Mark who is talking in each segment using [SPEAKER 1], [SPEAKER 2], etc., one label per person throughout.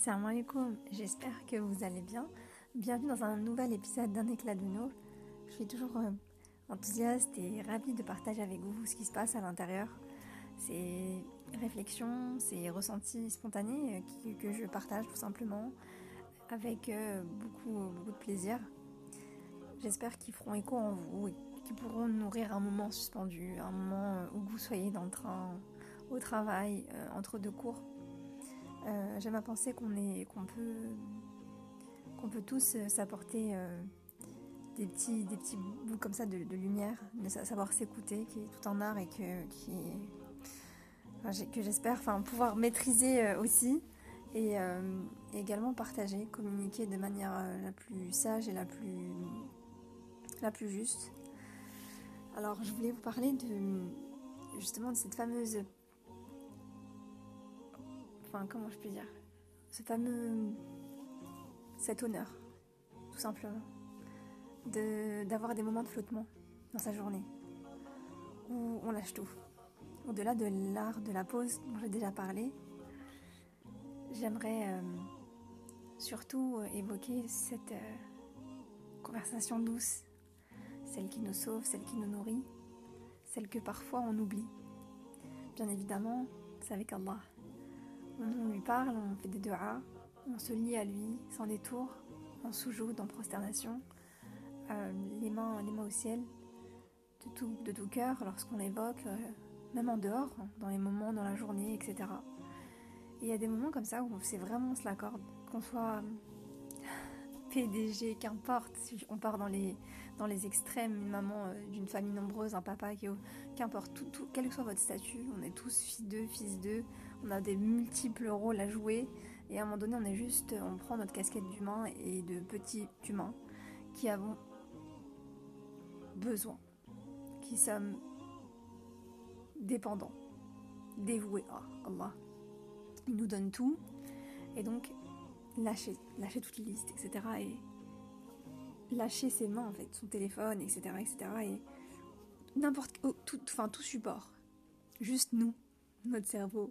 [SPEAKER 1] Salam alaikum, j'espère que vous allez bien. Bienvenue dans un nouvel épisode d'Un éclat de Nour. Je suis toujours enthousiaste et ravie de partager avec vous ce qui se passe à l'intérieur. Ces réflexions, ces ressentis spontanés que je partage tout simplement avec beaucoup de plaisir. J'espère qu'ils feront écho en vous et qu'ils pourront nourrir un moment suspendu, un moment où vous soyez dans le train, au travail, entre deux cours. J'aime à penser qu'on peut tous s'apporter des petits bouts comme ça de lumière, de savoir s'écouter, qui est tout un art et que j'espère pouvoir maîtriser aussi et également partager, communiquer de manière la plus sage et la plus juste. Alors je voulais vous parler justement de cette fameuse... comment je peux dire, cet honneur, tout simplement, d'avoir des moments de flottement dans sa journée, où on lâche tout. Au-delà de l'art de la pause dont j'ai déjà parlé, j'aimerais surtout évoquer cette conversation douce, celle qui nous sauve, celle qui nous nourrit, celle que parfois on oublie. Bien évidemment, c'est avec Allah. On lui parle, on fait des du'as, on se lie à lui sans détour, en soujoud, en prosternation, les mains au ciel, de tout cœur lorsqu'on l'évoque, même en dehors, dans les moments, dans la journée, etc. Et il y a des moments comme ça où c'est vraiment on se l'accorde, qu'on soit PDG, qu'importe, si on part dans les extrêmes, une maman d'une famille nombreuse, un papa, qu'importe, quel que soit votre statut, on est tous fils d'eux, on a des multiples rôles à jouer, et à un moment donné on prend notre casquette d'humain et de petits humains qui avons besoin, qui sommes dépendants, dévoués à Allah. Il nous donne tout, et donc lâcher toute liste, etc. Et lâcher ses mains, en fait, son téléphone, etc. Et tout support. Juste nous, notre cerveau,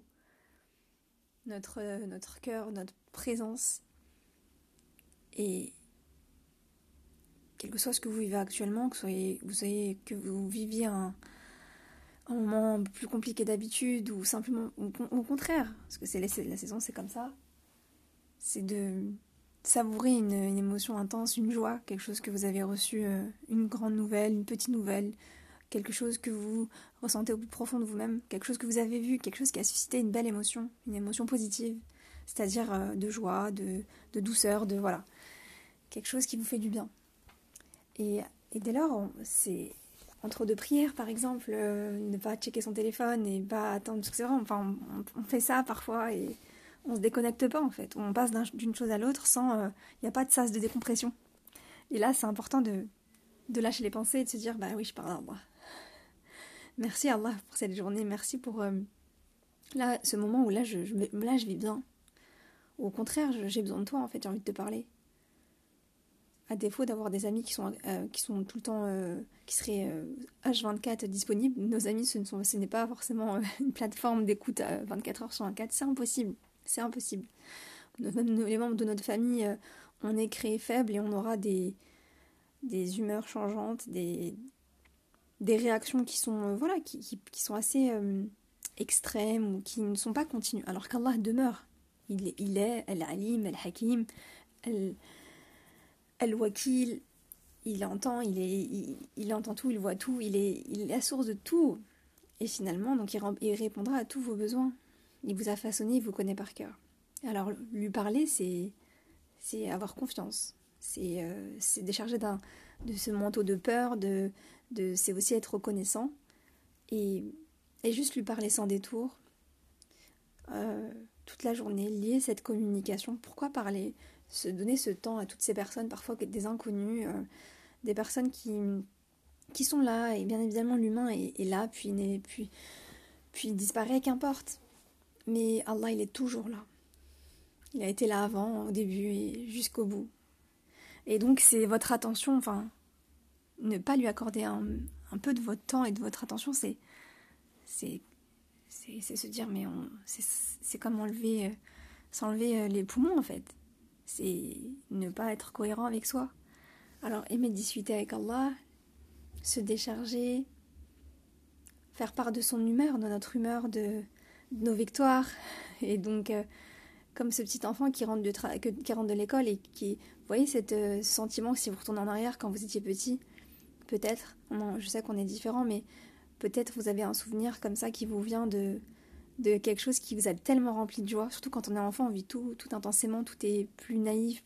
[SPEAKER 1] notre cœur, notre présence. Et quel que soit ce que vous vivez actuellement, que vous viviez un moment plus compliqué d'habitude, ou simplement, au contraire, parce que la saison, c'est comme ça, c'est de savourer une émotion intense, une joie, quelque chose que vous avez reçu, une grande nouvelle, une petite nouvelle, quelque chose que vous ressentez au plus profond de vous-même, quelque chose que vous avez vu, quelque chose qui a suscité une belle émotion, une émotion positive, c'est-à-dire de joie, de douceur, voilà, quelque chose qui vous fait du bien. Et dès lors, c'est entre deux prières, par exemple, ne pas checker son téléphone et pas attendre, parce que c'est vrai, on fait ça parfois et on se déconnecte pas en fait, on passe d'une chose à l'autre sans, y a pas de sas de décompression. Et là, c'est important de lâcher les pensées et de se dire, bah oui, je parle à Allah. Merci Allah pour cette journée, merci pour là, ce moment où là je vis bien. Au contraire, j'ai besoin de toi en fait, j'ai envie de te parler. À défaut d'avoir des amis qui sont tout le temps, qui seraient H24 disponibles, nos amis ce n'est pas forcément une plateforme d'écoute à 24 heures sur 24, c'est impossible. Même les membres de notre famille, on est créés faibles et on aura des humeurs changeantes, des réactions qui sont qui sont assez extrêmes ou qui ne sont pas continues. Alors qu'Allah demeure. Il est Al-Alim, Al-Hakim, Al-Wakil. Il entend, il entend tout, il voit tout, il est la source de tout. Et finalement, donc il répondra à tous vos besoins. Il vous a façonné, il vous connaît par cœur. Alors lui parler, c'est avoir confiance. C'est décharger de ce manteau de peur, c'est aussi être reconnaissant et juste lui parler sans détour toute la journée, lier cette communication. Pourquoi parler, se donner ce temps à toutes ces personnes, parfois des inconnus, des personnes qui sont là, et bien évidemment l'humain est là, puis il disparaît, qu'importe. Mais Allah, il est toujours là. Il a été là avant, au début et jusqu'au bout. Et donc c'est votre attention, ne pas lui accorder un peu de votre temps et de votre attention, c'est se dire, mais c'est comme enlever s'enlever les poumons en fait. C'est ne pas être cohérent avec soi. Alors aimer discuter avec Allah, se décharger, faire part de son humeur, de notre humeur, de nos victoires. Et donc, comme ce petit enfant qui rentre de l'école et qui, vous voyez, ce sentiment que si vous retournez en arrière quand vous étiez petit, peut-être, je sais qu'on est différents, mais peut-être vous avez un souvenir comme ça qui vous vient de quelque chose qui vous a tellement rempli de joie. Surtout quand on est enfant, on vit tout intensément, tout est plus naïf,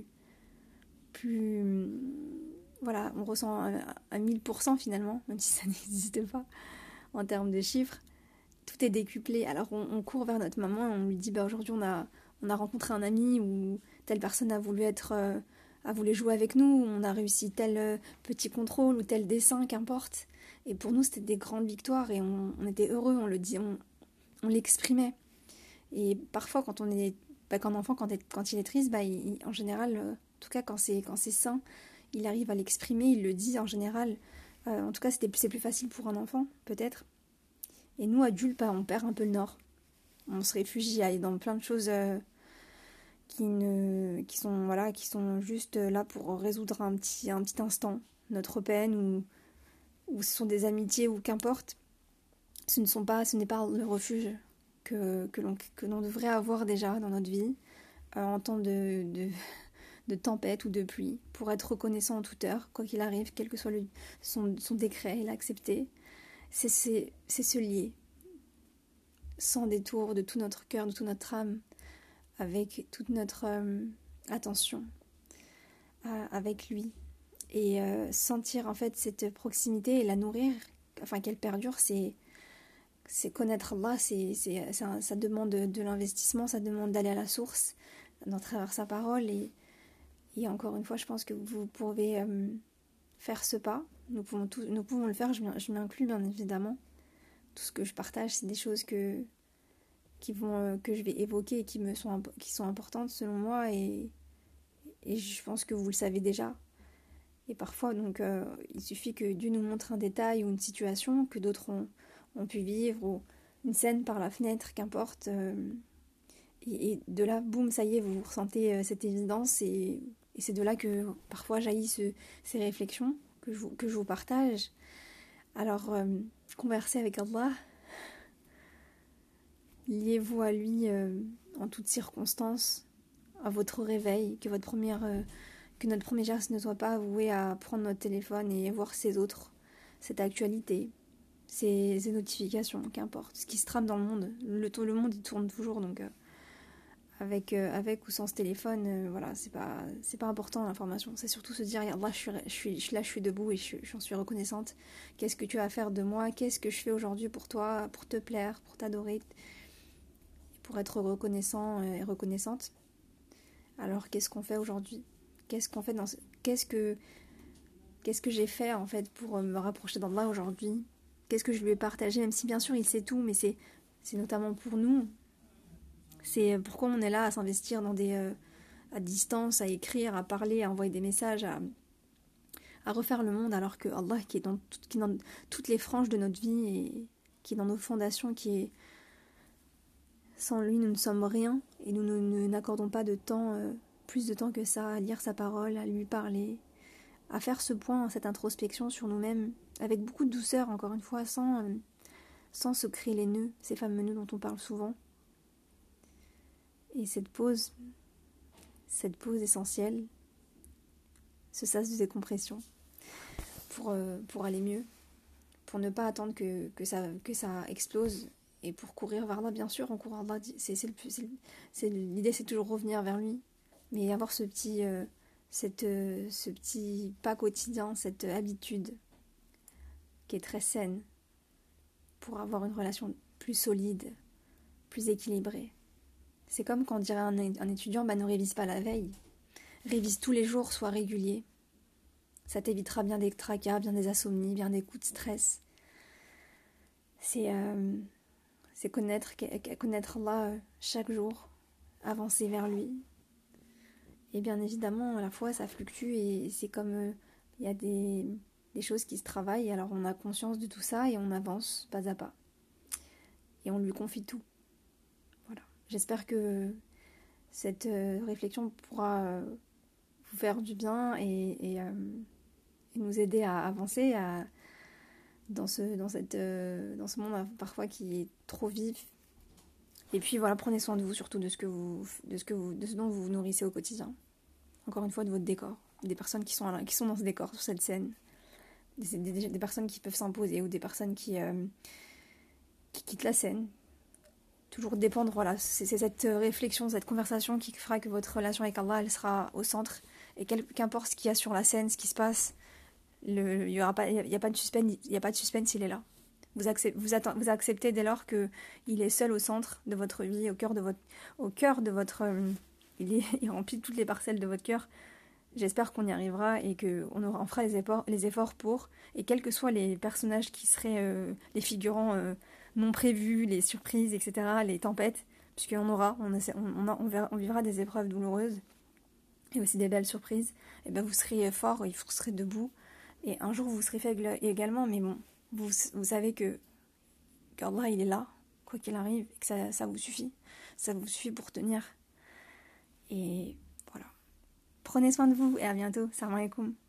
[SPEAKER 1] plus voilà, on ressent à 1000% finalement, même si ça n'existe pas en termes de chiffres. Tout est décuplé. Alors on court vers notre maman, on lui dit aujourd'hui on a rencontré un ami ou telle personne a voulu jouer avec nous, on a réussi tel petit contrôle ou tel dessin, qu'importe. Et pour nous c'était des grandes victoires et on était heureux, on le dit, on l'exprimait. Et parfois quand on est qu'un enfant quand il est triste, en général, en tout cas quand c'est sain, il arrive à l'exprimer, il le dit en général. En tout cas c'est plus facile pour un enfant peut-être. Et nous, adultes, on perd un peu le nord. On se réfugie dans plein de choses qui sont juste là pour résoudre un petit instant notre peine ou ce sont des amitiés ou qu'importe. Ce n'est pas le refuge que l'on devrait avoir déjà dans notre vie en temps de tempête ou de pluie pour être reconnaissant en toute heure, quoi qu'il arrive, quel que soit son décret, l'accepter. C'est se lier sans détour de tout notre cœur, de toute notre âme, avec toute notre attention, avec lui. Et sentir en fait cette proximité et la nourrir, afin qu'elle perdure, c'est connaître Allah, ça demande de l'investissement, ça demande d'aller à la source, d'en travers sa parole. Et encore une fois, je pense que vous pouvez faire ce pas. Nous pouvons le faire, je m'inclus bien évidemment. Tout ce que je partage, c'est des choses que je vais évoquer et qui sont importantes selon moi et je pense que vous le savez déjà. Et parfois, donc, il suffit que Dieu nous montre un détail ou une situation que d'autres ont pu vivre ou une scène par la fenêtre, qu'importe. Et de là, boum, ça y est, vous ressentez cette évidence et c'est de là que parfois jaillissent ces réflexions que je vous partage. Alors, conversez avec Allah. Liez-vous à lui en toutes circonstances, à votre réveil, que notre premier geste ne soit pas voué à prendre notre téléphone et voir cette actualité, ces notifications, qu'importe, ce qui se trame dans le monde. Le monde il tourne toujours, donc avec ou sans ce téléphone, voilà, c'est pas important l'information. C'est surtout se dire, Allah, je suis debout et j'en suis reconnaissante. Qu'est-ce que tu vas faire de moi? Qu'est-ce que je fais aujourd'hui pour toi, pour te plaire, pour t'adorer? Pour être reconnaissant et reconnaissante. Alors qu'est-ce qu'on fait aujourd'hui? Qu'est-ce que j'ai fait en fait pour me rapprocher d'Allah aujourd'hui? Qu'est-ce que je lui ai partagé? Même si bien sûr il sait tout, mais c'est notamment pour nous. C'est pourquoi on est là à s'investir dans à distance, à écrire, à parler, à envoyer des messages, à refaire le monde, alors que Allah qui est dans toutes les franges de notre vie et qui est dans nos fondations, qui est sans lui, nous ne sommes rien et nous n'accordons pas de temps, plus de temps que ça, à lire sa parole, à lui parler, à faire ce point, cette introspection sur nous-mêmes, avec beaucoup de douceur, encore une fois, sans se créer les nœuds, ces fameux nœuds dont on parle souvent. Et cette pause essentielle, ce sas de décompression, pour aller mieux, pour ne pas attendre que ça explose. Et pour courir vers là, bien sûr, on court vers là. L'idée, c'est toujours revenir vers lui. Mais avoir ce petit pas quotidien, cette habitude qui est très saine pour avoir une relation plus solide, plus équilibrée. C'est comme quand on dirait un étudiant, ne révise pas la veille. Révise tous les jours, sois régulier. Ça t'évitera bien des tracas, bien des insomnies, bien des coups de stress. C'est connaître Allah chaque jour, avancer vers lui. Et bien évidemment, à la fois, ça fluctue et c'est comme il y a des choses qui se travaillent, alors on a conscience de tout ça et on avance pas à pas. Et on lui confie tout. Voilà. J'espère que cette réflexion pourra vous faire du bien et nous aider à avancer dans ce monde parfois qui est trop vif. Et puis voilà, prenez soin de vous, surtout de ce dont vous vous nourrissez au quotidien. Encore une fois, de votre décor, des personnes qui sont dans ce décor, sur cette scène, des personnes qui peuvent s'imposer ou des personnes qui quittent la scène. Toujours dépendre, voilà, c'est cette réflexion, cette conversation qui fera que votre relation avec Allah, elle sera au centre. Et qu'importe ce qu'il y a sur la scène, ce qui se passe, il n'y a pas de suspense, il est là. Vous acceptez dès lors qu'il est seul au centre de votre vie, au cœur de votre il remplit toutes les parcelles de votre cœur. J'espère qu'on y arrivera et on fera les efforts pour, et quels que soient les personnages qui seraient les figurants non prévus, les surprises, etc., les tempêtes, puisqu'on on vivra des épreuves douloureuses et aussi des belles surprises, et ben vous serez fort et vous serez debout, et un jour vous serez faible également, mais bon, vous savez qu'Allah il est là, quoi qu'il arrive, et que ça vous suffit pour tenir. Et voilà. Prenez soin de vous et à bientôt. Salam alaikum.